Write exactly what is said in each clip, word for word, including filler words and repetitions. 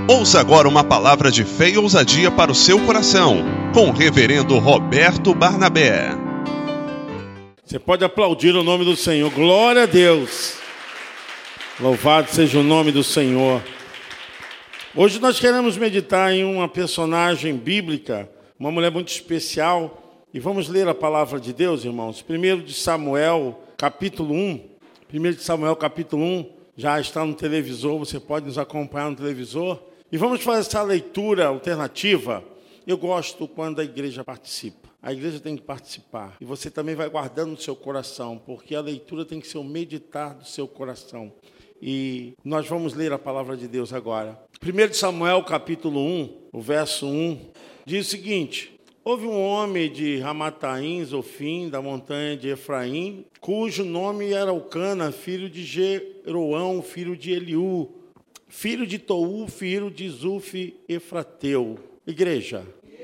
Ouça agora uma palavra de fé e ousadia para o seu coração, com o reverendo Roberto Barnabé. Você pode aplaudir o nome do Senhor. Glória a Deus. Louvado seja o nome do Senhor. Hoje nós queremos meditar em uma personagem bíblica, uma mulher muito especial. E vamos ler a palavra de Deus, irmãos. Primeiro de Samuel, capítulo um. Primeiro de Samuel, capítulo um. Já está no televisor, você pode nos acompanhar no televisor. E vamos fazer essa leitura alternativa. Eu gosto quando a igreja participa. A igreja tem que participar. E você também vai guardando no seu coração, porque a leitura tem que ser o meditar do seu coração. E nós vamos ler a palavra de Deus agora. Primeiro de Samuel, capítulo um, o verso um, diz o seguinte: houve um homem de Ramataim, Zofim, da montanha de Efraim, cujo nome era Elcana, filho de Jeroão, filho de Eliú, filho de Tou, filho de Zuf, Efrateu. Igreja.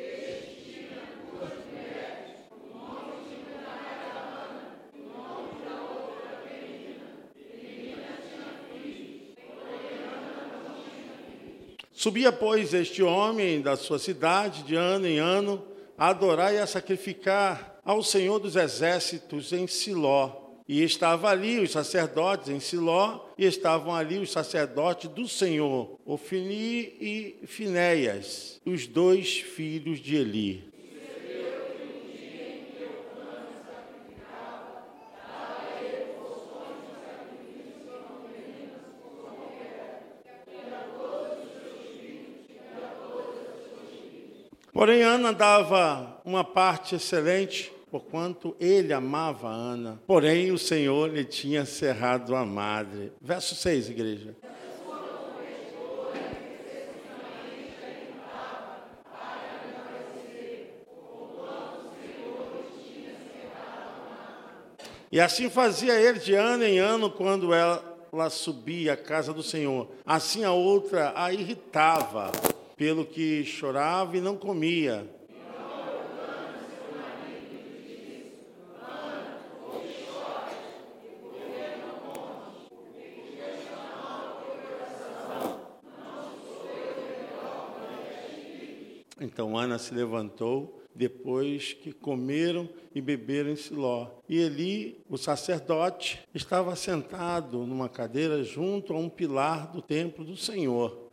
Subia, pois, este homem da sua cidade, de ano em ano, a adorar e a sacrificar ao Senhor dos Exércitos em Siló. E estavam ali os sacerdotes em Siló, e estavam ali os sacerdotes do Senhor, Ofni e Finéias, os dois filhos de Eli. Porém, Ana dava uma parte excelente, porquanto ele amava Ana. Porém, o Senhor lhe tinha cerrado a madre. Verso seis, igreja. E assim fazia ele de ano em ano, quando ela, ela subia à casa do Senhor. Assim a outra a irritava, pelo que chorava e não comia. Então Ana se levantou, depois que comeram e beberam em Siló. E Eli, o sacerdote, estava sentado numa cadeira junto a um pilar do templo do Senhor.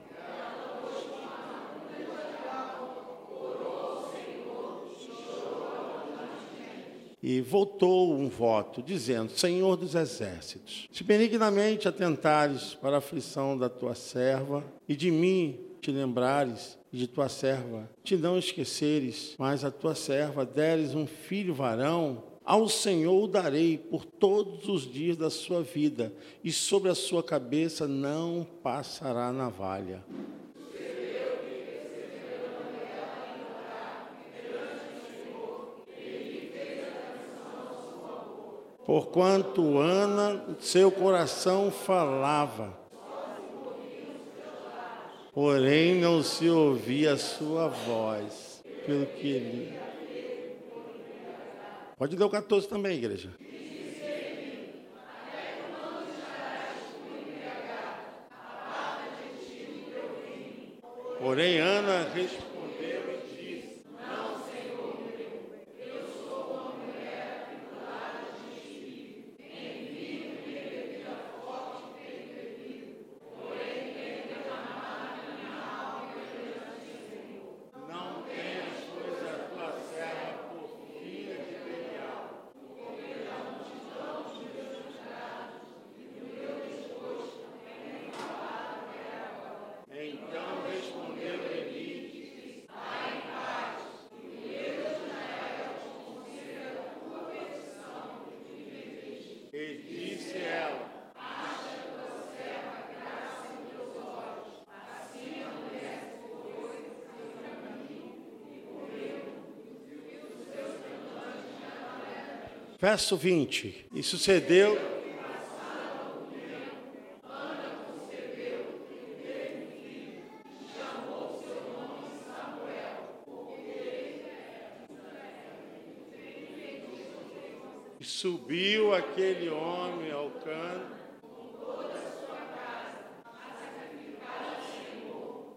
E voltou um voto, dizendo: Senhor dos Exércitos, se benignamente atentares para a aflição da tua serva, e de mim te lembrares, e de tua serva te não esqueceres, mas a tua serva deres um filho varão, ao Senhor o darei por todos os dias da sua vida, e sobre a sua cabeça não passará navalha. Porquanto Ana, seu coração falava, porém não se ouvia a sua voz, pelo que ele... Pode ler o catorze também, igreja. Porém Ana respondeu e disse: não, Senhor meu, eu sou uma mulher atribulada de espírito, em vinho e em bebida forte tenho bebido, porém tenho derramado a minha alma perante o Senhor. Não tenhas, pois, a tua serva por filha de Belial, porque da multidão de meus pecados e do meu desgosto tenho falado até agora. Então respondeu Eli, vai em paz, e o Deus de Israel te conceda a tua petição que me pediste. E disse ela: acha a tua serva graça em teus olhos. Assim a mulher foi do seu caminho e comeu, e os seus irmãos de Amalé. Verso vinte. E sucedeu. E subiu aquele homem ao canto, com toda a sua casa, a sacrificar ao Senhor,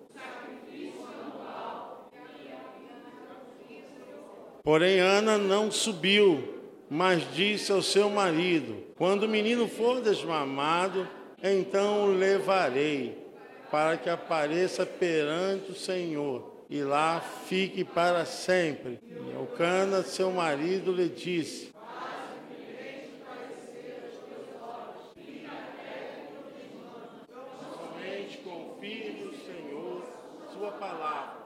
Porém, Ana não subiu, mas disse ao seu marido: quando o menino for desmamado, então o levarei, para que apareça perante o Senhor, e lá fique para sempre. E Elcana, seu marido, lhe disse: somente confie no Senhor, sua palavra.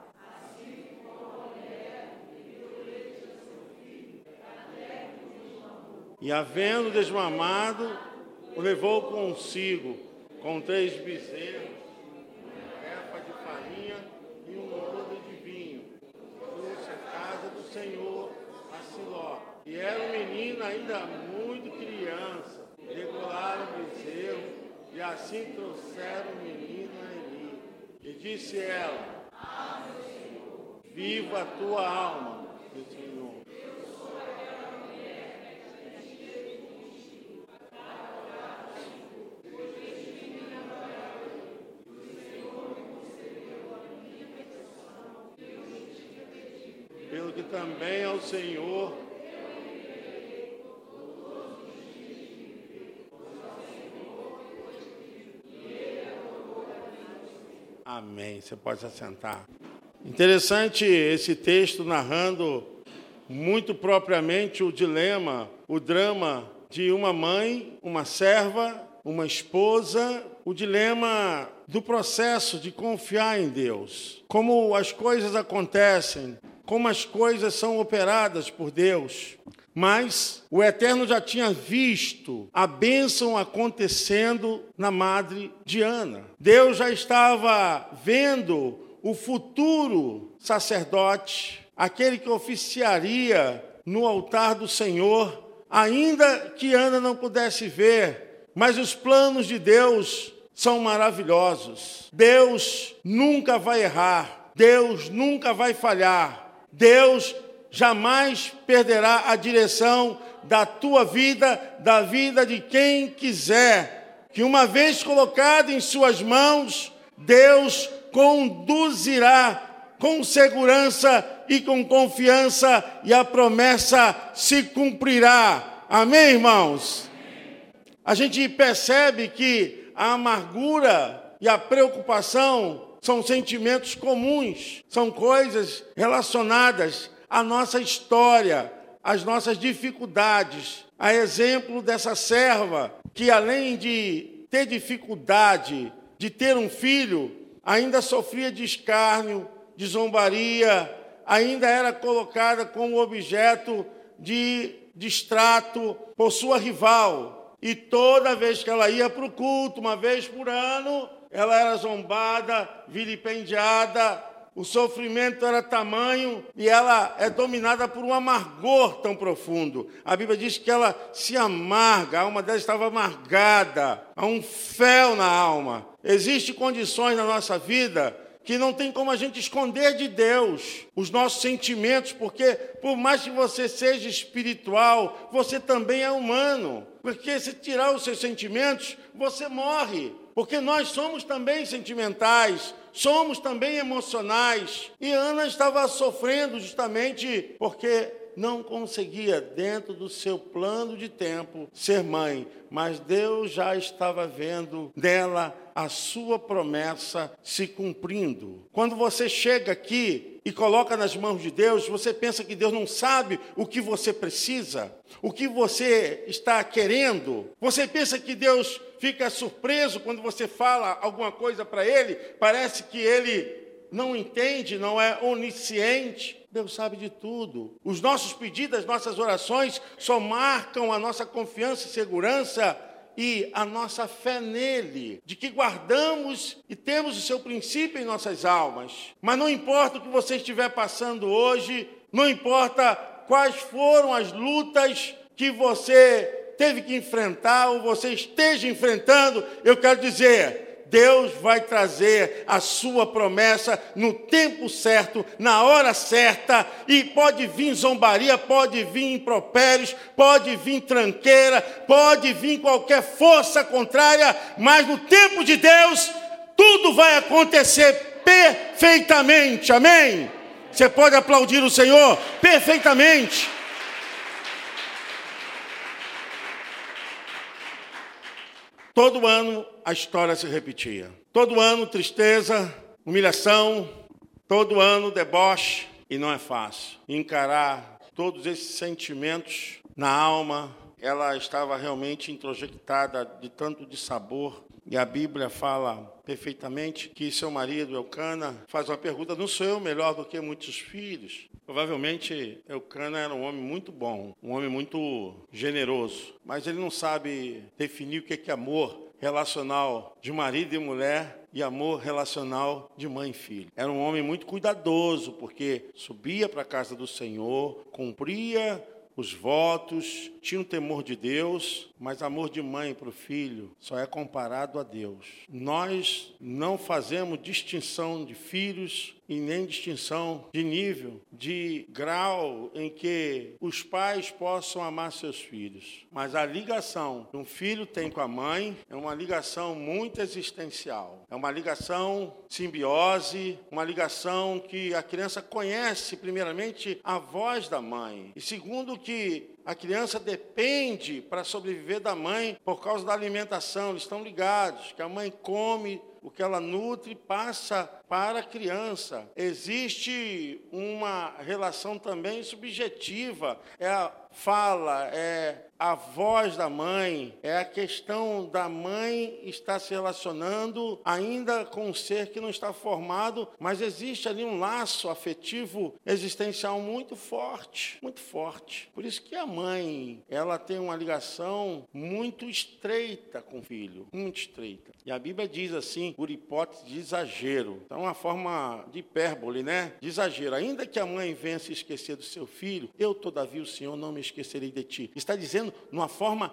E havendo desmamado, o levou consigo, com três bezerros, uma efa de farinha e um odre de vinho. Trouxe à casa do Senhor, a Siló. E era um menino ainda muito criança. Regularam o bezerro, e assim trouxeram o menino a Eli. E disse ela: viva a tua alma, meu Senhor. Pelo que também ao Senhor amém. Você pode se assentar. Interessante esse texto narrando muito propriamente o dilema, o drama de uma mãe, uma serva, uma esposa, o dilema do processo de confiar em Deus. Como as coisas acontecem, como as coisas são operadas por Deus. Mas o Eterno já tinha visto a bênção acontecendo na madre de Ana. Deus já estava vendo o futuro sacerdote, aquele que oficiaria no altar do Senhor, ainda que Ana não pudesse ver. Mas os planos de Deus são maravilhosos. Deus nunca vai errar. Deus nunca vai falhar. Deus jamais perderá a direção da tua vida, da vida de quem quiser. Que uma vez colocado em suas mãos, Deus conduzirá com segurança e com confiança, e a promessa se cumprirá. Amém, irmãos? A gente percebe que a amargura e a preocupação são sentimentos comuns, são coisas relacionadas à nossa história, às nossas dificuldades. A exemplo dessa serva que, além de ter dificuldade de ter um filho, ainda sofria de escárnio, de zombaria, ainda era colocada como objeto de distrato por sua rival. E toda vez que ela ia para o culto, uma vez por ano, ela era zombada, vilipendiada, o sofrimento era tamanho e ela é dominada por um amargor tão profundo. A Bíblia diz que ela se amarga, a alma dela estava amargada, há um fel na alma. Existem condições na nossa vida que não tem como a gente esconder de Deus os nossos sentimentos, porque por mais que você seja espiritual, você também é humano. Porque se tirar os seus sentimentos, você morre. Porque nós somos também sentimentais, somos também emocionais. E Ana estava sofrendo justamente porque não conseguia, dentro do seu plano de tempo, ser mãe. Mas Deus já estava vendo nela a sua promessa se cumprindo. Quando você chega aqui e coloca nas mãos de Deus, você pensa que Deus não sabe o que você precisa, o que você está querendo. Você pensa que Deus fica surpreso quando você fala alguma coisa para Ele, parece que Ele não entende, não é onisciente. Deus sabe de tudo. Os nossos pedidos, as nossas orações só marcam a nossa confiança e segurança e a nossa fé nele, de que guardamos e temos o seu princípio em nossas almas. Mas não importa o que você estiver passando hoje, não importa quais foram as lutas que você teve que enfrentar ou você esteja enfrentando, eu quero dizer, Deus vai trazer a sua promessa no tempo certo, na hora certa, e pode vir zombaria, pode vir impropérios, pode vir tranqueira, pode vir qualquer força contrária, mas no tempo de Deus, tudo vai acontecer perfeitamente, amém? Você pode aplaudir o Senhor perfeitamente. Todo ano a história se repetia. Todo ano tristeza, humilhação, todo ano deboche. E não é fácil encarar todos esses sentimentos na alma. Ela estava realmente introjectada de tanto dissabor. E a Bíblia fala perfeitamente que seu marido, Eucana, faz uma pergunta: não sou eu melhor do que muitos filhos? Provavelmente, Eucana era um homem muito bom, um homem muito generoso, mas ele não sabe definir o que é amor relacional de marido e mulher e amor relacional de mãe e filho. Era um homem muito cuidadoso, porque subia para a casa do Senhor, cumpria os votos, tinha um temor de Deus, mas amor de mãe para o filho só é comparado a Deus. Nós não fazemos distinção de filhos e nem distinção de nível, de grau em que os pais possam amar seus filhos. Mas a ligação que um filho tem com a mãe é uma ligação muito existencial. É uma ligação simbiose, uma ligação que a criança conhece, primeiramente, a voz da mãe. E segundo, que a criança depende para sobreviver da mãe por causa da alimentação. Eles estão ligados, que a mãe come o que ela nutre passa para a criança. Existe uma relação também subjetiva. É a fala, é a voz da mãe, é a questão da mãe estar se relacionando ainda com um ser que não está formado, mas existe ali um laço afetivo existencial muito forte, muito forte. Por isso que a mãe, ela tem uma ligação muito estreita com o filho, muito estreita. E a Bíblia diz assim, por hipótese de exagero. Então, uma forma de hipérbole, né? De exagero. Ainda que a mãe venha se esquecer do seu filho, eu, todavia, o Senhor, não me esquecerei de ti. Está dizendo numa forma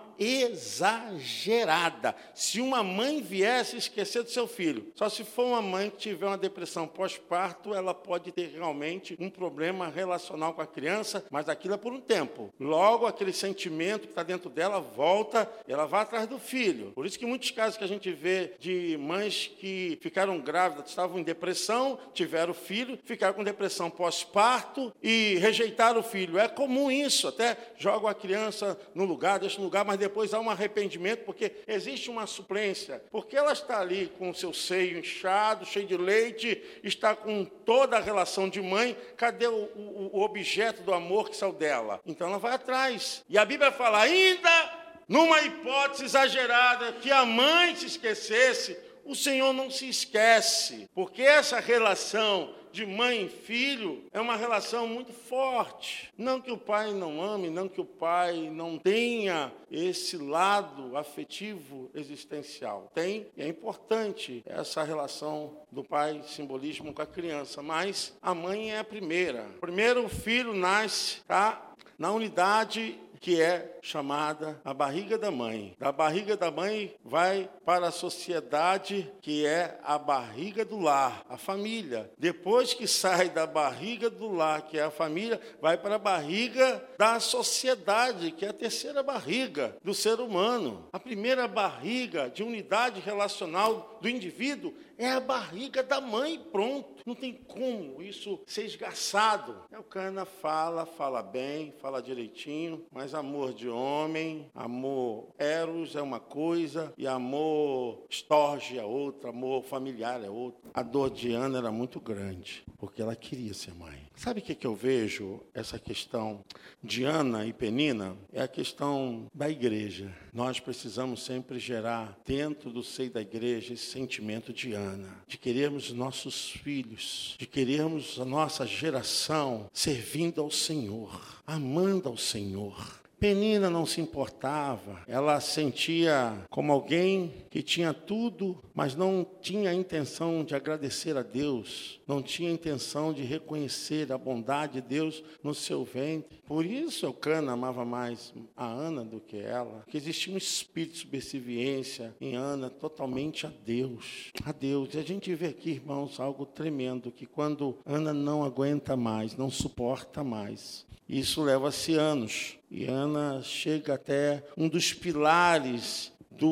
exagerada. Se uma mãe viesse esquecer do seu filho, só se for uma mãe que tiver uma depressão pós-parto, ela pode ter realmente um problema relacional com a criança, mas aquilo é por um tempo. Logo, aquele sentimento que está dentro dela volta, ela vai atrás do filho. Por isso que muitos casos que a gente vê de mães que ficaram grávidas, estavam em depressão, tiveram filho, ficaram com depressão pós-parto e rejeitaram o filho. É comum isso, até jogam a criança no lugar, deixam no lugar, mas depois há um arrependimento, porque existe uma suplência. Porque ela está ali com o seu seio inchado, cheio de leite, está com toda a relação de mãe, cadê o, o, o objeto do amor que saiu dela? Então ela vai atrás. E a Bíblia fala, ainda numa hipótese exagerada, que a mãe se esquecesse, o Senhor não se esquece, porque essa relação de mãe e filho é uma relação muito forte. Não que o pai não ame, não que o pai não tenha esse lado afetivo existencial. Tem, e é importante essa relação do pai, simbolismo com a criança, mas a mãe é a primeira. Primeiro o filho nasce, tá? Na unidade que é chamada a barriga da mãe. Da barriga da mãe vai para a sociedade, que é a barriga do lar, a família. Depois que sai da barriga do lar, que é a família, vai para a barriga da sociedade, que é a terceira barriga do ser humano. A primeira barriga de unidade relacional do indivíduo é a barriga da mãe, pronto. Não tem como isso ser esgarçado. Eucana fala, fala bem, fala direitinho, mas amor de homem, amor eros é uma coisa, e amor estorge é outra, amor familiar é outra. A dor de Ana era muito grande, porque ela queria ser mãe. Sabe o que, que eu vejo? Essa questão de Ana e Penina é a questão da igreja. Nós precisamos sempre gerar dentro do seio da igreja esse sentimento de Ana, de querermos nossos filhos, de querermos a nossa geração servindo ao Senhor, amando ao Senhor. Penina não se importava, ela sentia como alguém que tinha tudo, mas não tinha a intenção de agradecer a Deus, não tinha a intenção de reconhecer a bondade de Deus no seu ventre. Por isso Eucana amava mais a Ana do que ela, porque existia um espírito de subserviência em Ana totalmente a Deus, a Deus. E a gente vê aqui, irmãos, algo tremendo, que quando Ana não aguenta mais, não suporta mais, isso leva-se anos. E Ana chega até um dos pilares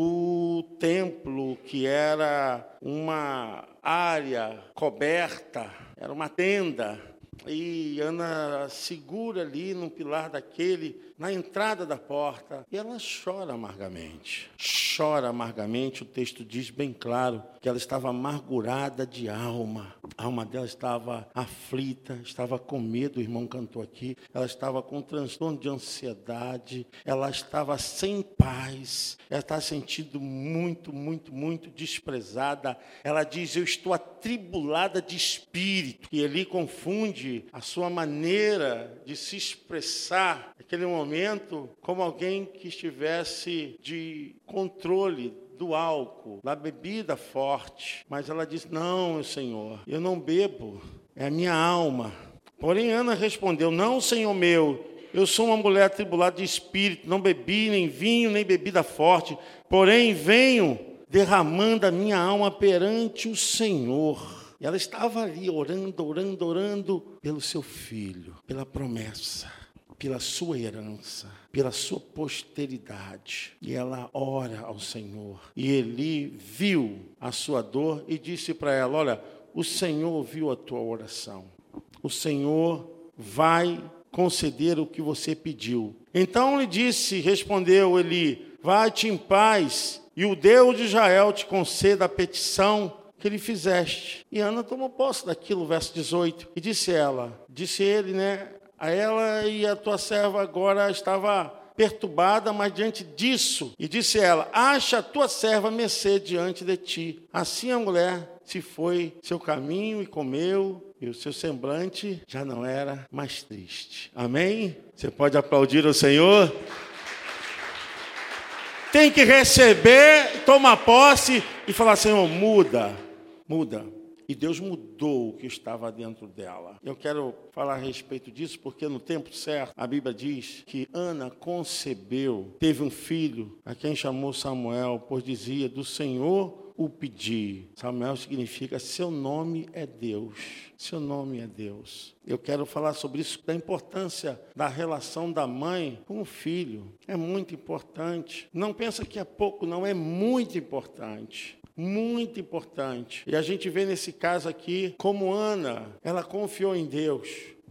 do templo, que era uma área coberta, era uma tenda. e Ana segura ali num pilar daquele, na entrada da porta, e ela chora amargamente. Chora amargamente, o texto diz bem claro que ela estava amargurada de alma. A alma dela estava aflita, estava com medo, o irmão cantou aqui, ela estava com transtorno de ansiedade, ela estava sem paz, ela estava sentindo muito, muito, muito desprezada. Ela diz, eu estou atribulada de espírito, e ele confunde a sua maneira de se expressar naquele momento como alguém que estivesse de controle do álcool, da bebida forte. Mas ela diz, não, Senhor, eu não bebo, é a minha alma. Porém, Ana respondeu, não, Senhor meu, eu sou uma mulher atribulada de espírito, não bebi nem vinho, nem bebida forte, porém venho derramando a minha alma perante o Senhor. E ela estava ali orando, orando, orando pelo seu filho, pela promessa, pela sua herança, pela sua posteridade. E ela ora ao Senhor. E ele viu a sua dor e disse para ela, olha, o Senhor ouviu a tua oração. O Senhor vai conceder o que você pediu. Então lhe disse, respondeu Eli, vai-te em paz, e o Deus de Israel te conceda a petição que lhe fizeste. E Ana tomou posse daquilo, verso dezoito. E disse ela, disse ele, né, a ela, e a tua serva agora estava perturbada, mas diante disso, e disse ela, acha a tua serva mercê diante de ti. Assim a mulher se foi seu caminho e comeu, e o seu semblante já não era mais triste. Amém? Você pode aplaudir o Senhor? Tem que receber, tomar posse e falar, Senhor, muda, muda. E Deus mudou o que estava dentro dela. Eu quero falar a respeito disso, porque no tempo certo, a Bíblia diz que Ana concebeu, teve um filho, a quem chamou Samuel, pois dizia, do Senhor o pedi. Samuel significa, seu nome é Deus. Seu nome é Deus. Eu quero falar sobre isso, da importância da relação da mãe com o filho. É muito importante. Não pensa que é pouco, não, é muito importante. Muito importante. E a gente vê nesse caso aqui, como Ana, ela confiou em Deus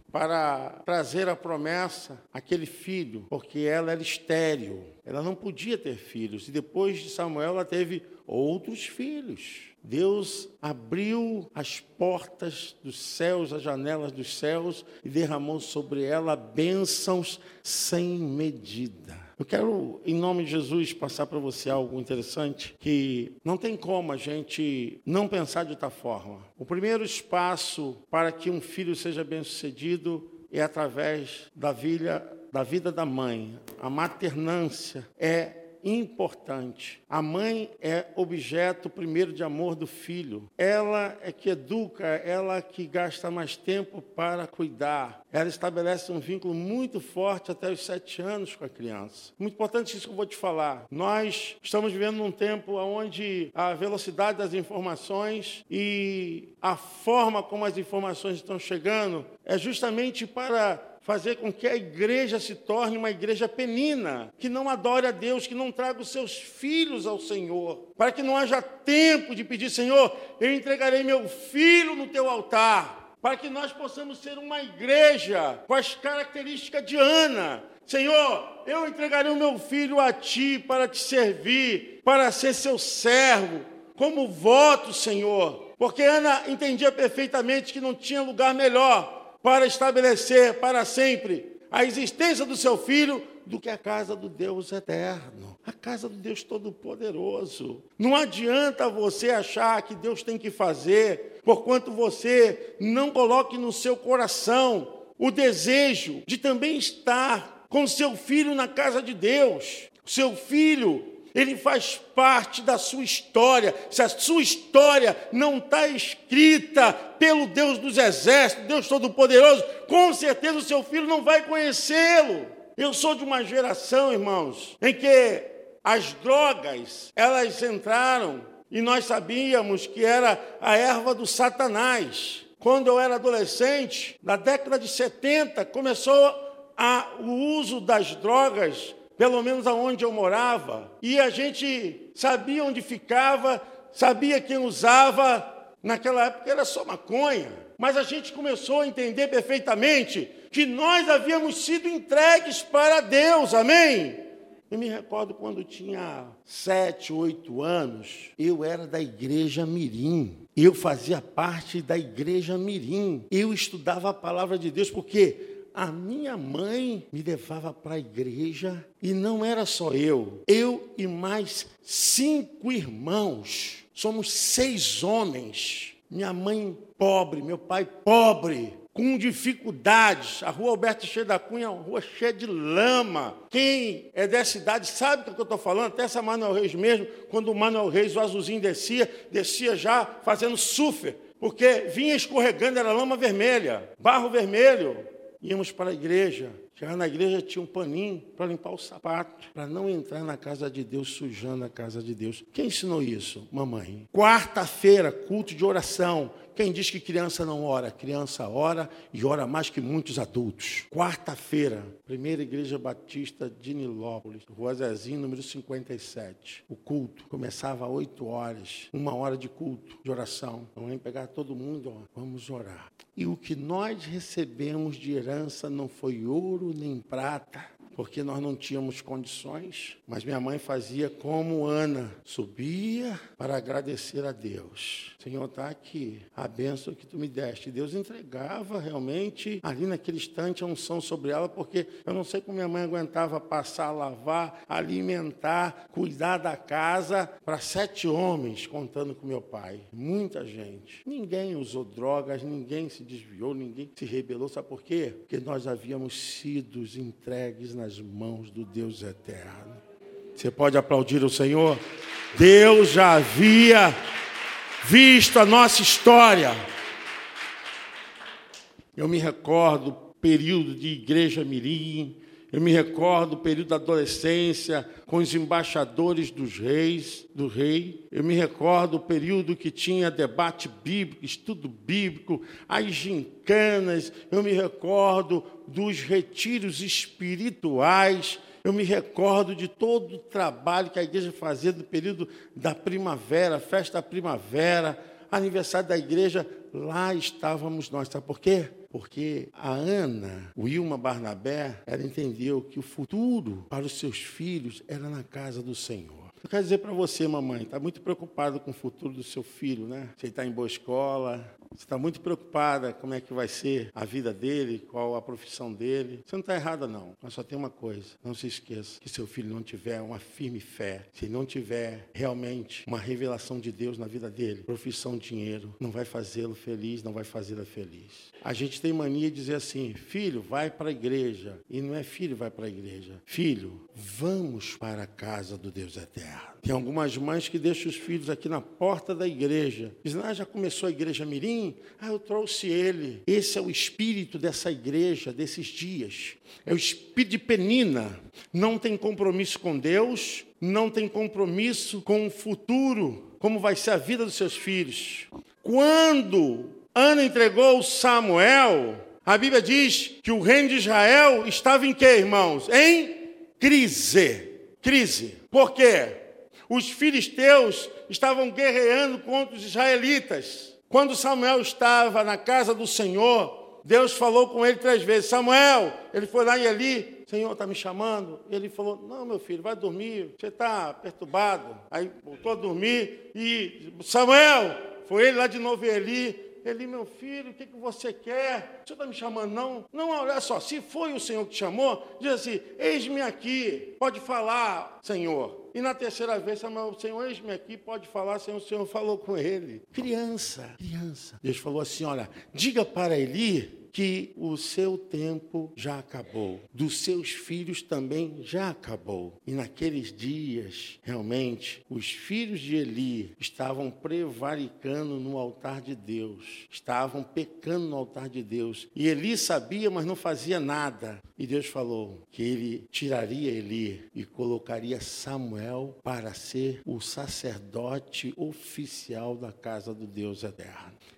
para trazer a promessa àquele filho, porque ela era estéril. Ela não podia ter filhos. E depois de Samuel, ela teve outros filhos. Deus abriu as portas dos céus, as janelas dos céus, e derramou sobre ela bênçãos sem medida. Eu quero, em nome de Jesus, passar para você algo interessante, que não tem como a gente não pensar de outra forma. O primeiro espaço para que um filho seja bem-sucedido é através da vida, da vida da mãe. A maternância é importante. A mãe é objeto primeiro de amor do filho. Ela é que educa, ela que gasta mais tempo para cuidar. Ela estabelece um vínculo muito forte até os sete anos com a criança. Muito importante isso que eu vou te falar. Nós estamos vivendo num tempo onde a velocidade das informações e a forma como as informações estão chegando é justamente para fazer com que a igreja se torne uma igreja penina, que não adore a Deus, que não traga os seus filhos ao Senhor, para que não haja tempo de pedir, Senhor, eu entregarei meu filho no teu altar, para que nós possamos ser uma igreja com as características de Ana. Senhor, eu entregarei o meu filho a ti para te servir, para ser seu servo, como voto, Senhor, porque Ana entendia perfeitamente que não tinha lugar melhor para estabelecer para sempre a existência do seu filho do que a casa do Deus eterno, a casa do Deus Todo-Poderoso. Não adianta você achar que Deus tem que fazer, porquanto você não coloque no seu coração o desejo de também estar com seu filho na casa de Deus. O seu filho, ele faz parte da sua história. Se a sua história não está escrita pelo Deus dos exércitos, Deus Todo-Poderoso, com certeza o seu filho não vai conhecê-lo. Eu sou de uma geração, irmãos, em que as drogas, elas entraram e nós sabíamos que era a erva do Satanás. Quando eu era adolescente, na década de setenta, começou a, o uso das drogas, pelo menos aonde eu morava, e a gente sabia onde ficava, sabia quem usava, Naquela época era só maconha. Mas a gente começou a entender perfeitamente que nós havíamos sido entregues para Deus, amém? Eu me recordo quando tinha sete, oito anos, eu era da igreja Mirim. Eu fazia parte da igreja Mirim. Eu estudava a palavra de Deus porque a minha mãe me levava para a igreja e não era só eu. Eu e mais cinco irmãos. Somos seis homens. Minha mãe pobre, meu pai pobre, com dificuldades. A rua Alberto Cheio da Cunha é uma rua cheia de lama. Quem é dessa idade sabe do que eu estou falando. Até essa Manuel Reis mesmo, quando o Manuel Reis, o azulzinho descia, descia já fazendo surfer, porque vinha escorregando, era lama vermelha, barro vermelho. Íamos para a igreja. Chegar na igreja tinha um paninho para limpar o sapato, para não entrar na casa de Deus sujando a casa de Deus. Quem ensinou isso? Mamãe. Quarta-feira, culto de oração. Quem diz que criança não ora? Criança ora e ora mais que muitos adultos. Quarta-feira, primeira igreja batista de Nilópolis, Rua Zezinho, número cinquenta e sete. O culto começava às oito horas, uma hora de culto, de oração. Vamos pegar todo mundo, ó, vamos orar. E o que nós recebemos de herança não foi ouro nem prata, porque nós não tínhamos condições, mas minha mãe fazia como Ana, subia para agradecer a Deus. Senhor, está aqui a bênção que tu me deste. Deus entregava realmente ali naquele instante a unção sobre ela, porque eu não sei como minha mãe aguentava passar, lavar, alimentar, cuidar da casa para sete homens, contando com meu pai. Muita gente. Ninguém usou drogas, ninguém se desviou, ninguém se rebelou. Sabe por quê? Porque nós havíamos sido entregues na nas mãos do Deus eterno. Você pode aplaudir o Senhor? Deus já havia visto a nossa história. Eu me recordo do período de igreja Mirim, eu me recordo do período da adolescência com os embaixadores dos reis, do rei. Eu me recordo do período que tinha debate bíblico, estudo bíblico, as gincanas. Eu me recordo dos retiros espirituais. Eu me recordo de todo o trabalho que a igreja fazia do período da primavera, festa da primavera, aniversário da igreja. Lá estávamos nós. Sabe por quê? Porque a Ana, o Wilma Barnabé, ela entendeu que o futuro para os seus filhos era na casa do Senhor. Eu quero dizer para você, mamãe, está muito preocupada com o futuro do seu filho, né? Você está em boa escola, você está muito preocupada como é que vai ser a vida dele, qual a profissão dele. Você não está errada, não. Mas só tem uma coisa, não se esqueça, que seu filho não tiver uma firme fé, se não tiver realmente uma revelação de Deus na vida dele, profissão, dinheiro, não vai fazê-lo feliz, não vai fazê-la feliz. A gente tem mania de dizer assim, filho, vai para a igreja. E não é filho, vai para a igreja. Filho, vamos para a casa do Deus eterno. Tem algumas mães que deixam os filhos aqui na porta da igreja. Dizem, ah, já começou a igreja Mirim? Ah, eu trouxe ele. Esse é o espírito dessa igreja, desses dias. É o espírito de Penina. Não tem compromisso com Deus, não tem compromisso com o futuro, como vai ser a vida dos seus filhos. Quando Ana entregou Samuel, a Bíblia diz que o reino de Israel estava em quê, irmãos? Em crise. Crise. Por quê? Os filisteus estavam guerreando contra os israelitas. Quando Samuel estava na casa do Senhor, Deus falou com ele três vezes. Samuel, ele foi lá e Eli, Senhor, está me chamando? Ele falou, não, meu filho, vai dormir, você está perturbado. Aí voltou a dormir e Samuel, foi ele lá de novo e Eli. Eli, meu filho, o que, que você quer? O senhor está me chamando, não? Não, olha só, se foi o Senhor que te chamou, diz assim, eis-me aqui, pode falar, Senhor. E na terceira vez, Samuel, Senhor, eis-me aqui, pode falar, Senhor, o Senhor falou com ele. Criança, criança. Deus falou assim, olha, diga para Eli que o seu tempo já acabou, dos seus filhos também já acabou. E naqueles dias, realmente, os filhos de Eli estavam prevaricando no altar de Deus, estavam pecando no altar de Deus. E Eli sabia, mas não fazia nada. E Deus falou que ele tiraria Eli e colocaria Samuel para ser o sacerdote oficial da casa do Deus eterno.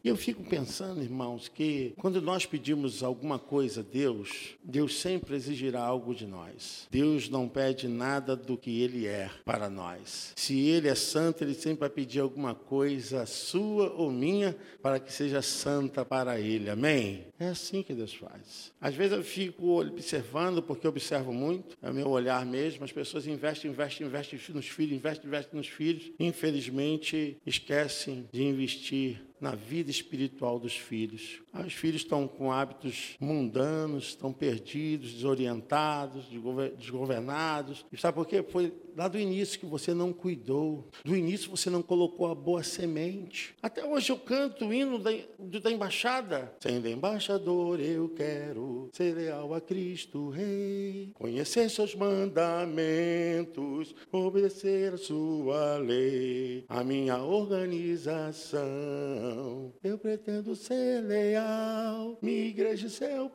E eu fico pensando, irmãos, que quando nós pedimos alguma coisa a Deus, Deus sempre exigirá algo de nós. Deus não pede nada do que Ele é para nós. Se Ele é santo, Ele sempre vai pedir alguma coisa sua ou minha para que seja santa para Ele. Amém? É assim que Deus faz. Às vezes eu fico observando, porque eu observo muito, é o meu olhar mesmo, as pessoas investem, investem, investem nos filhos, investem, investem nos filhos, infelizmente esquecem de investir na vida espiritual dos filhos. Os filhos estão com hábitos mundanos, estão perdidos, desorientados, desgovernados. E sabe por quê? Foi lá do início que você não cuidou. Do início você não colocou a boa semente. Até hoje eu canto o hino da, da embaixada. Sendo embaixador eu quero ser leal a Cristo Rei, conhecer seus mandamentos, obedecer a sua lei, a minha organização. Eu pretendo ser leal, minha igreja e seu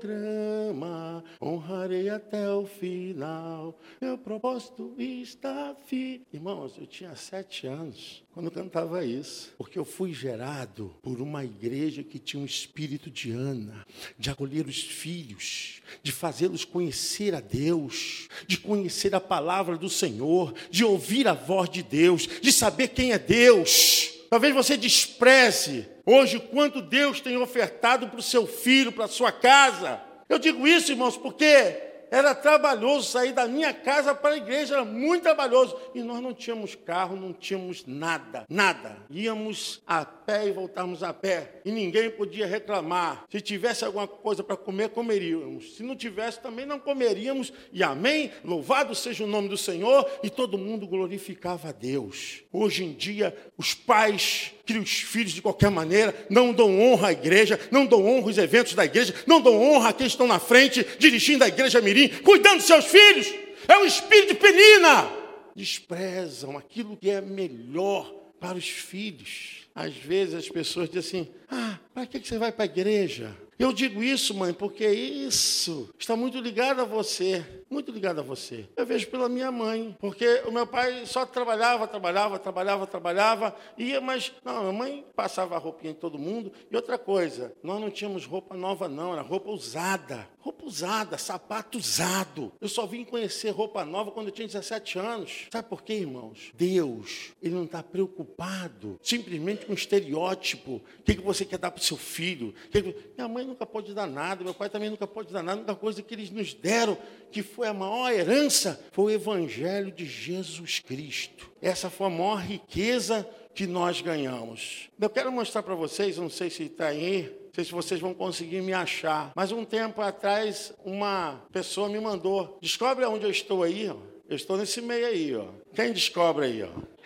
programa, honrarei até o final, meu propósito está firme. Irmãos, eu tinha sete anos quando eu cantava isso, porque eu fui gerado por uma igreja que tinha um espírito de Ana, de acolher os filhos, de fazê-los conhecer a Deus, de conhecer a palavra do Senhor, de ouvir a voz de Deus, de saber quem é Deus. Talvez você despreze hoje o quanto Deus tem ofertado para o seu filho, para a sua casa. Eu digo isso, irmãos, porque era trabalhoso sair da minha casa para a igreja, era muito trabalhoso. E nós não tínhamos carro, não tínhamos nada, nada. Íamos a pé e voltávamos a pé. E ninguém podia reclamar. Se tivesse alguma coisa para comer, comeríamos. Se não tivesse, também não comeríamos. E amém, louvado seja o nome do Senhor. E todo mundo glorificava a Deus. Hoje em dia, os pais criam os filhos de qualquer maneira, não dão honra à igreja, não dão honra aos eventos da igreja, não dão honra a quem estão na frente, dirigindo a igreja mirim, cuidando dos seus filhos. É um espírito de penina. Desprezam aquilo que é melhor para os filhos. Às vezes as pessoas dizem assim, ah, para que você vai para a igreja? Eu digo isso, mãe, porque isso está muito ligado a você, muito ligado a você. Eu vejo pela minha mãe, porque o meu pai só trabalhava, trabalhava, trabalhava, trabalhava, ia, mas não, a mãe passava a roupinha em todo mundo. E outra coisa, nós não tínhamos roupa nova não, era roupa usada. Roupa usada, sapato usado. Eu só vim conhecer roupa nova quando eu tinha dezessete anos. Sabe por quê, irmãos? Deus, Ele não está preocupado simplesmente com estereótipo. O que você quer dar para o seu filho? Minha mãe nunca pode dar nada, meu pai também nunca pode dar nada. A única coisa que eles nos deram, que foi a maior herança, foi o Evangelho de Jesus Cristo. Essa foi a maior riqueza que nós ganhamos. Eu quero mostrar para vocês, eu não sei se está aí, não sei se vocês vão conseguir me achar. Mas um tempo atrás, uma pessoa me mandou, descobre onde eu estou aí, ó. Eu estou nesse meio aí, ó. Quem descobre aí, ó?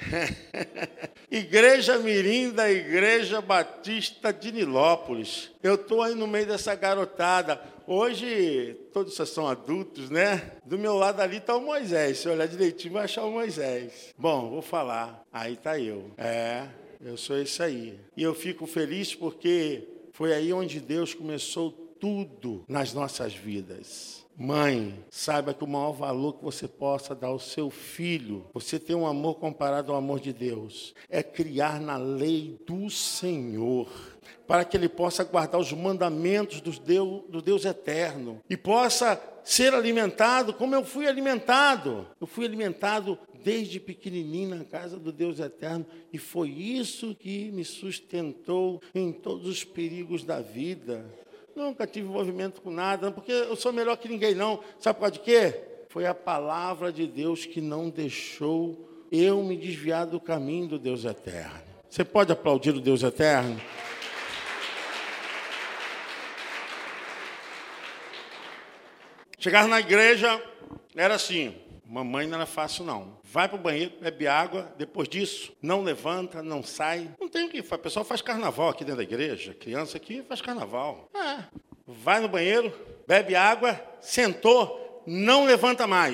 Igreja Mirim da Igreja Batista de Nilópolis. Eu estou aí no meio dessa garotada. Hoje, todos vocês são adultos, né? Do meu lado ali está o Moisés. Se olhar direitinho, vai achar o Moisés. Bom, vou falar. Aí está eu. É, eu sou esse aí. E eu fico feliz porque foi aí onde Deus começou tudo nas nossas vidas. Mãe, saiba que o maior valor que você possa dar ao seu filho, você tem um amor comparado ao amor de Deus, é criar na lei do Senhor, para que ele possa guardar os mandamentos do Deus, do Deus eterno e possa ser alimentado como eu fui alimentado. Eu fui alimentado desde pequenininho na casa do Deus eterno e foi isso que me sustentou em todos os perigos da vida. Nunca tive envolvimento com nada, porque eu sou melhor que ninguém, não. Sabe por causa de quê? Foi a palavra de Deus que não deixou eu me desviar do caminho do Deus eterno. Você pode aplaudir o Deus eterno? Chegar na igreja era assim, mamãe não era fácil não. Vai para o banheiro, bebe água, depois disso, não levanta, não sai. Não tem o que fazer. O pessoal faz carnaval aqui dentro da igreja. Criança aqui faz carnaval. É. Vai no banheiro, bebe água, sentou, não levanta mais.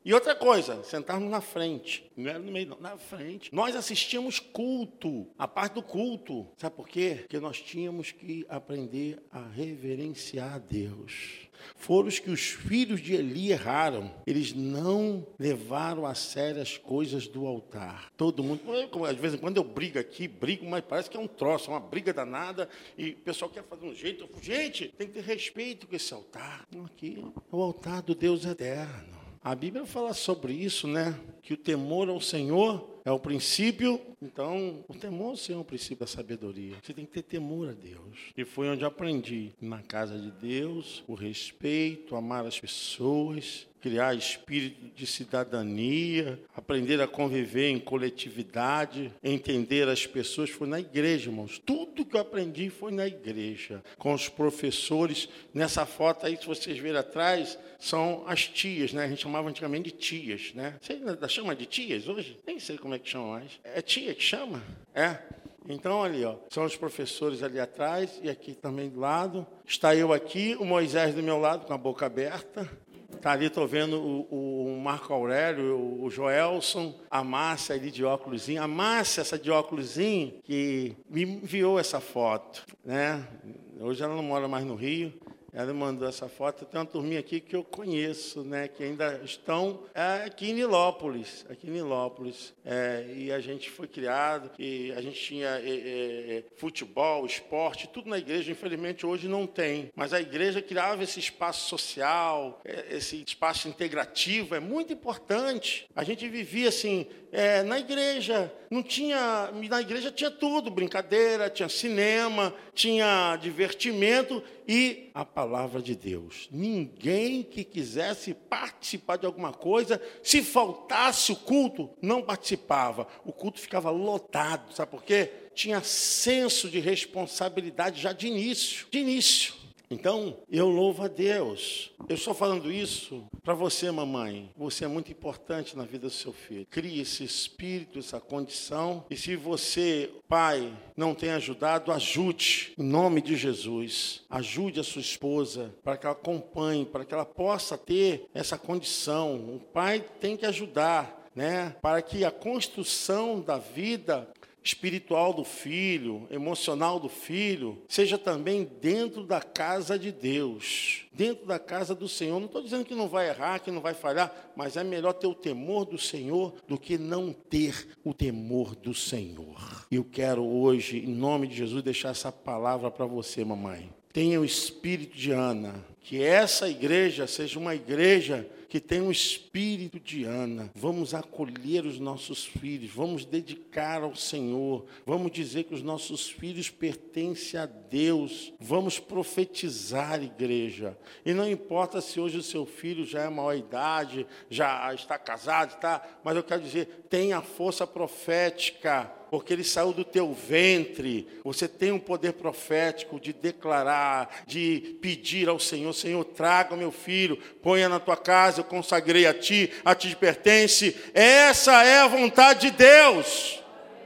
E outra coisa, sentarmos na frente. Não era no meio, não, na frente. Nós assistíamos culto, a parte do culto. Sabe por quê? Porque nós tínhamos que aprender a reverenciar a Deus. Foram os que os filhos de Eli erraram. Eles não levaram a sério as coisas do altar. Todo mundo, às vezes, quando eu brigo aqui, brigo, mas parece que é um troço, uma briga danada, e o pessoal quer fazer um jeito. Eu falo, gente, tem que ter respeito com esse altar. Aqui é o altar do Deus eterno. A Bíblia fala sobre isso, né? Que o temor ao Senhor é o princípio. Então, o temor ao Senhor é o princípio da sabedoria. Você tem que ter temor a Deus. E foi onde eu aprendi. Na casa de Deus, o respeito, amar as pessoas, criar espírito de cidadania, aprender a conviver em coletividade, entender as pessoas. Foi na igreja, irmãos. Tudo que eu aprendi foi na igreja, com os professores. Nessa foto aí, se vocês verem atrás, são as tias, né? A gente chamava antigamente de tias, né? Você ainda chama de tias hoje? Nem sei como é que chama mais. É tia que chama? É. Então, ali, ó, são os professores ali atrás e aqui também do lado. Está eu aqui, o Moisés do meu lado, com a boca aberta. Está ali, estou vendo o, o Marco Aurélio, o, o Joelson, a Márcia ali de óculosinho. A Márcia, essa de óculosinho, que me enviou essa foto, né? Hoje ela não mora mais no Rio. Ela mandou essa foto. Tem uma turminha aqui que eu conheço, né, que ainda estão é, aqui em Nilópolis. Aqui em Nilópolis. É, e a gente foi criado, e a gente tinha é, é, futebol, esporte, tudo na igreja. Infelizmente, hoje não tem. Mas a igreja criava esse espaço social, é, esse espaço integrativo. É muito importante. A gente vivia assim, é, na igreja. Não tinha... Na igreja tinha tudo. Brincadeira, tinha cinema, tinha divertimento e a palavra de Deus. Ninguém que quisesse participar de alguma coisa, se faltasse o culto, não participava. O culto ficava lotado, sabe por quê? Tinha senso de responsabilidade já de início, de início. Então, eu louvo a Deus. Eu estou falando isso para você, mamãe. Você é muito importante na vida do seu filho. Crie esse espírito, essa condição. E se você, pai, não tem ajudado, ajude. Em nome de Jesus. Ajude a sua esposa para que ela acompanhe, para que ela possa ter essa condição. O pai tem que ajudar, né? Para que a construção da vida espiritual do filho, emocional do filho, seja também dentro da casa de Deus, dentro da casa do Senhor. Não estou dizendo que não vai errar, que não vai falhar, mas é melhor ter o temor do Senhor do que não ter o temor do Senhor. E eu quero hoje, em nome de Jesus, deixar essa palavra para você, mamãe. Tenha o espírito de Ana, que essa igreja seja uma igreja que tem um espírito de Ana. Vamos acolher os nossos filhos, vamos dedicar ao Senhor, vamos dizer que os nossos filhos pertencem a Deus, vamos profetizar, igreja. E não importa se hoje o seu filho já é maior idade, já está casado, tá? Mas eu quero dizer, tenha força profética, porque ele saiu do teu ventre. Você tem um poder profético de declarar, de pedir ao Senhor, Senhor, traga o meu filho, ponha na tua casa, eu consagrei a ti, a ti pertence. Essa é a vontade de Deus.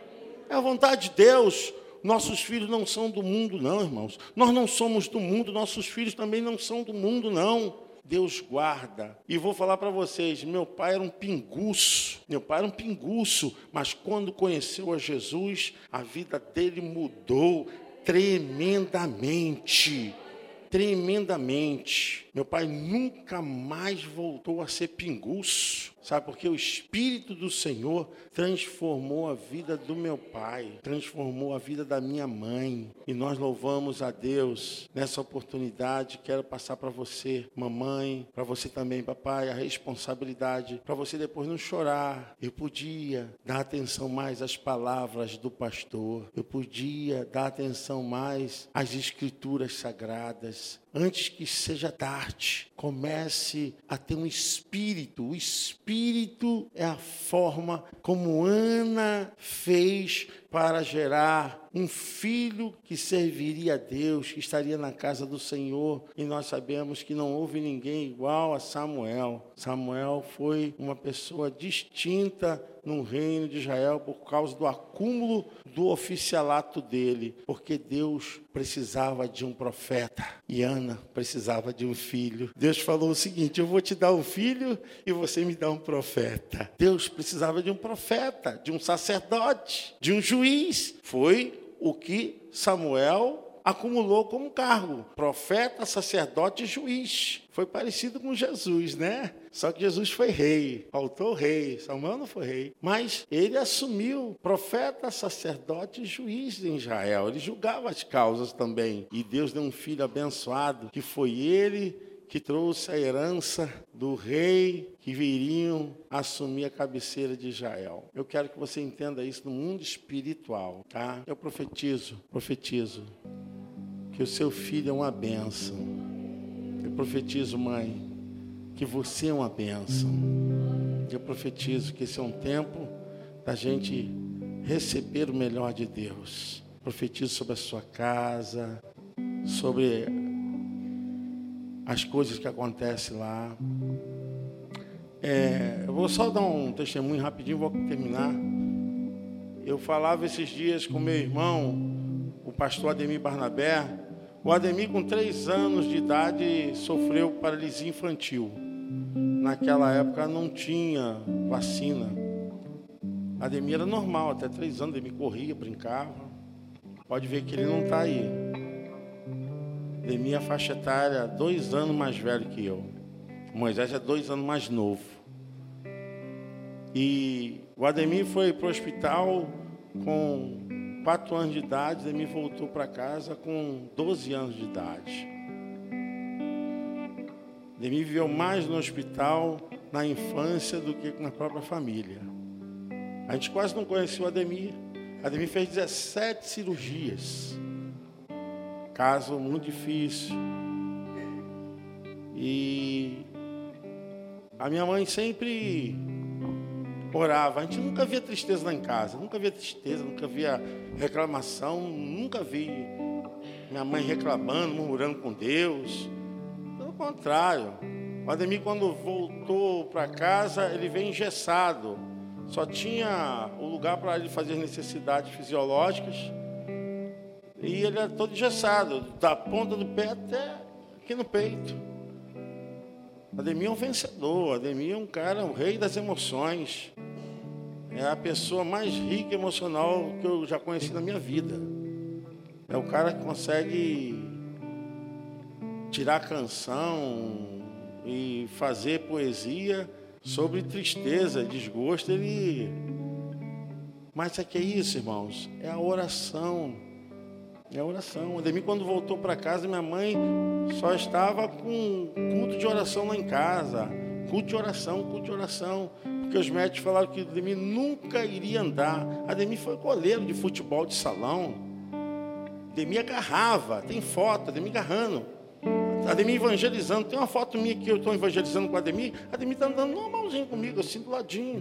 É a vontade de Deus. Nossos filhos não são do mundo, não, irmãos. Nós não somos do mundo, nossos filhos também não são do mundo, não. Deus guarda. E vou falar para vocês, meu pai era um pinguço, meu pai era um pinguço, mas quando conheceu a Jesus, a vida dele mudou tremendamente, tremendamente. Meu pai nunca mais voltou a ser pinguço, sabe? Porque o Espírito do Senhor transformou a vida do meu pai, transformou a vida da minha mãe. E nós louvamos a Deus nessa oportunidade. Quero passar para você, mamãe, para você também, papai, a responsabilidade, para você depois não chorar. Eu podia dar atenção mais às palavras do pastor, eu podia dar atenção mais às escrituras sagradas. Antes que seja tarde, comece a ter um espírito. O espírito é a forma como Ana fez para gerar um filho que serviria a Deus, que estaria na casa do Senhor. E nós sabemos que não houve ninguém igual a Samuel. Samuel foi uma pessoa distinta no reino de Israel por causa do acúmulo do oficialato dele, porque Deus precisava de um profeta e Ana precisava de um filho. Deus falou o seguinte: eu vou te dar um filho e você me dá um profeta. Deus precisava de um profeta, de um sacerdote, de um juiz. Foi o que Samuel acumulou como cargo: profeta, sacerdote e juiz. Foi parecido com Jesus, né? Só que Jesus foi rei, faltou rei. Samuel não foi rei, mas ele assumiu profeta, sacerdote e juiz em Israel. Ele julgava as causas também. E Deus deu um filho abençoado, que foi ele que trouxe a herança do rei que viriam assumir a cabeceira de Israel. Eu quero que você entenda isso no mundo espiritual, tá? Eu profetizo, profetizo que o seu filho é uma bênção. Eu profetizo, mãe, que você é uma bênção. Eu profetizo que esse é um tempo da gente receber o melhor de Deus. Profetizo sobre a sua casa, sobre as coisas que acontecem lá. É, eu vou só dar um testemunho rapidinho, vou terminar. Eu falava esses dias com meu irmão, o pastor Ademir Barnabé. O Ademir, com três anos de idade, sofreu paralisia infantil. Naquela época não tinha vacina. Ademir era normal, até três anos, Ademir corria, brincava. Pode ver que ele não está aí. Ademir é faixa etária, dois anos mais velho que eu. O Moisés é dois anos mais novo. E o Ademir foi para o hospital com quatro anos de idade. Ademir voltou para casa com doze anos de idade. Ademir viveu mais no hospital na infância do que na própria família. A gente quase não conhecia o Ademir. Ademir fez dezessete cirurgias. Caso muito difícil. E a minha mãe sempre orava. A gente nunca via tristeza lá em casa. Nunca via tristeza, nunca via reclamação. Nunca vi minha mãe reclamando, murmurando com Deus. Pelo contrário. O Ademir, quando voltou para casa, ele veio engessado. Só tinha o lugar para ele fazer necessidades fisiológicas. E ele era todo engessado, da ponta do pé até aqui no peito. Ademir é um vencedor. Ademir é um cara, um rei das emoções. É a pessoa mais rica emocional que eu já conheci na minha vida. É o cara que consegue tirar canção e fazer poesia sobre tristeza, desgosto. Ele... Mas sabe o que é isso, irmãos? É a oração. É a oração. O Ademir, quando voltou para casa, minha mãe só estava com culto de oração lá em casa. Culto de oração, culto de oração. Porque os médicos falaram que o Ademir nunca iria andar. Ademir foi goleiro de futebol de salão. Ademir agarrava. Tem foto, Ademir agarrando. Ademir evangelizando. Tem uma foto minha que eu estou evangelizando com o Ademir. Ademir está andando normalzinho comigo, assim do ladinho.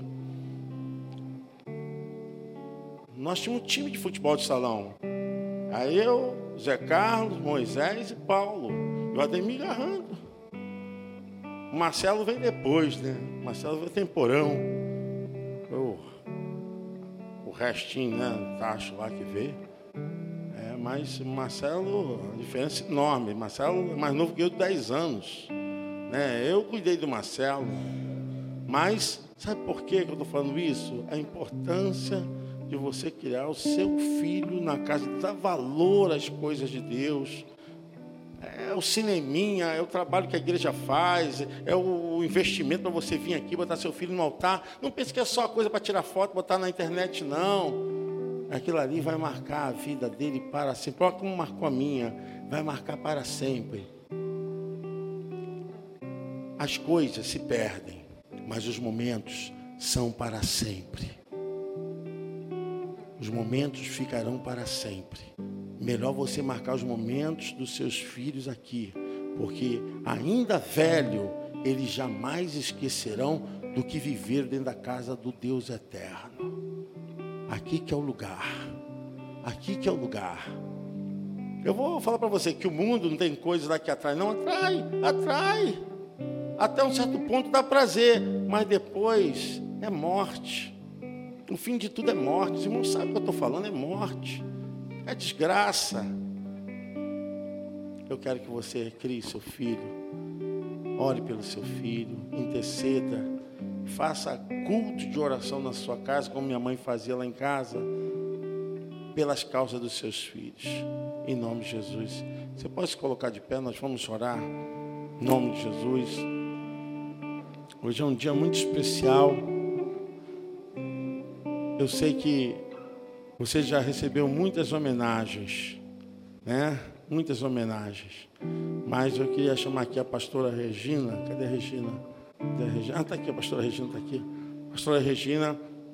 Nós tínhamos um time de futebol de salão. Aí eu, Zé Carlos, Moisés e Paulo. E o Ademir agarrando. O Marcelo vem depois, né? O Marcelo veio temporão. O, o restinho, né? Tacho lá que veio. É, mas o Marcelo, a diferença é enorme. O Marcelo é mais novo que eu de dez anos. Né? Eu cuidei do Marcelo. Mas, sabe por que eu estou falando isso? A importância de você criar o seu filho na casa, dar valor às coisas de Deus. É o cineminha, é o trabalho que a igreja faz, é o investimento para você vir aqui, botar seu filho no altar. Não pense que é só coisa para tirar foto, botar na internet, não. Aquilo ali vai marcar a vida dele para sempre. Olha como marcou a minha, vai marcar para sempre. As coisas se perdem, mas os momentos são para sempre. Os momentos ficarão para sempre. Melhor você marcar os momentos dos seus filhos aqui, porque ainda velho, eles jamais esquecerão do que viver dentro da casa do Deus eterno. Aqui que é o lugar. Aqui que é o lugar. Eu vou falar para você que o mundo não tem coisas lá que atrai. Não, atrai, atrai. Até um certo ponto dá prazer, mas depois é morte. O fim de tudo é morte. Os irmãos sabem o que eu estou falando, é morte, é desgraça. Eu quero que você crie seu filho, ore pelo seu filho, interceda, faça culto de oração na sua casa, como minha mãe fazia lá em casa, pelas causas dos seus filhos, em nome de Jesus. Você pode se colocar de pé, nós vamos orar, em nome de Jesus. Hoje é um dia muito especial. Eu sei que você já recebeu muitas homenagens, né? Muitas homenagens. Mas eu queria chamar aqui a pastora Regina. Cadê a Regina? Cadê a Regina? Ah, está aqui, a pastora Regina está aqui. A pastora Regina,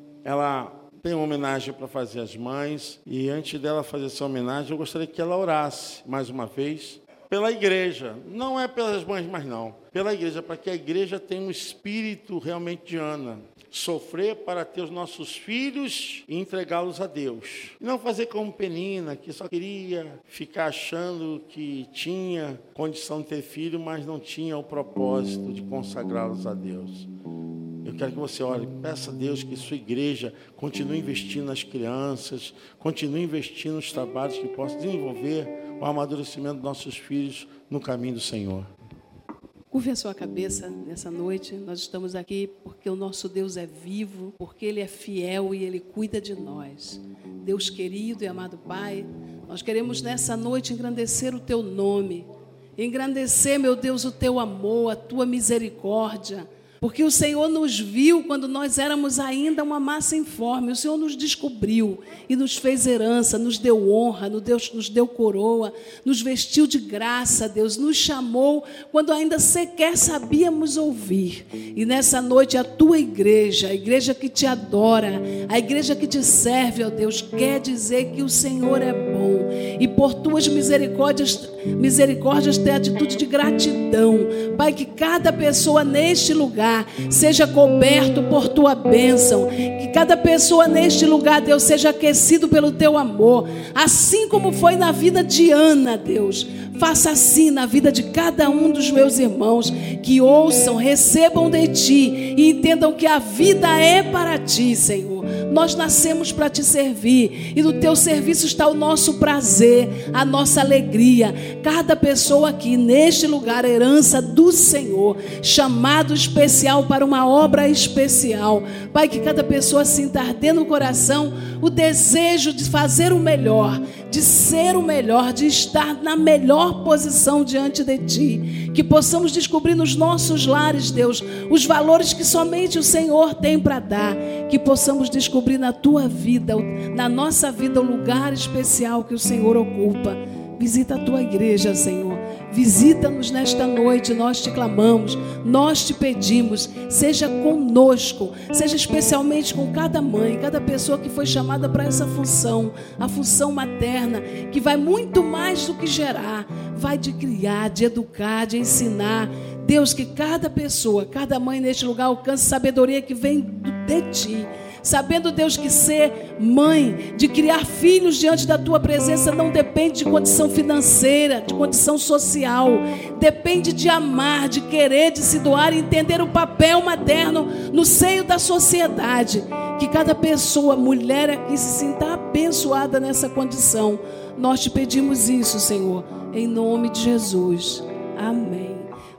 ela tem uma homenagem para fazer às mães. E antes dela fazer essa homenagem, eu gostaria que ela orasse, mais uma vez, pela igreja. Não é pelas mães, mas não. Pela igreja, para que a igreja tenha um espírito realmente de Ana. Sofrer para ter os nossos filhos e entregá-los a Deus. E não fazer como Penina, que só queria ficar achando que tinha condição de ter filho, mas não tinha o propósito de consagrá-los a Deus. Eu quero que você ore, peça a Deus que sua igreja continue investindo nas crianças, continue investindo nos trabalhos que possam desenvolver o amadurecimento dos nossos filhos no caminho do Senhor. Curve a sua cabeça nessa noite. Nós estamos aqui porque o nosso Deus é vivo, porque Ele é fiel e Ele cuida de nós. Deus querido e amado Pai, nós queremos nessa noite engrandecer o Teu nome. Engrandecer, meu Deus, o Teu amor, a Tua misericórdia. Porque o Senhor nos viu quando nós éramos ainda uma massa informe. O Senhor nos descobriu e nos fez herança, nos deu honra, nos deu, nos deu coroa, nos vestiu de graça, Deus, nos chamou quando ainda sequer sabíamos ouvir. E nessa noite a Tua igreja, a igreja que Te adora, a igreja que Te serve, ó Deus, quer dizer que o Senhor é bom. E por Tuas misericórdias, misericórdias tem atitude de gratidão. Pai, que cada pessoa neste lugar seja coberto por Tua bênção, que cada pessoa neste lugar, Deus, seja aquecido pelo Teu amor, assim como foi na vida de Ana, Deus. Faça assim na vida de cada um dos meus irmãos, que ouçam, recebam de Ti e entendam que a vida é para Ti, Senhor. Nós nascemos para Te servir e no Teu serviço está o nosso prazer, a nossa alegria. Cada pessoa aqui neste lugar, herança do Senhor, chamado especial para uma obra especial. Pai, que cada pessoa sinta arder no coração o desejo de fazer o melhor, de ser o melhor, de estar na melhor posição diante de Ti. Que possamos descobrir nos nossos lares, Deus, os valores que somente o Senhor tem para dar. Que possamos descobrir na Tua vida, na nossa vida, o lugar especial que o Senhor ocupa. Visita a Tua igreja, Senhor. Visita-nos nesta noite, nós Te clamamos, nós Te pedimos, seja conosco, seja especialmente com cada mãe, cada pessoa que foi chamada para essa função, a função materna, que vai muito mais do que gerar, vai de criar, de educar, de ensinar. Deus, que cada pessoa, cada mãe neste lugar alcance sabedoria que vem de Ti. Sabendo, Deus, que ser mãe, de criar filhos diante da Tua presença não depende de condição financeira, de condição social. Depende de amar, de querer, de se doar e entender o papel materno no seio da sociedade. Que cada pessoa, mulher aqui, se sinta abençoada nessa condição. Nós Te pedimos isso, Senhor, em nome de Jesus. Amém.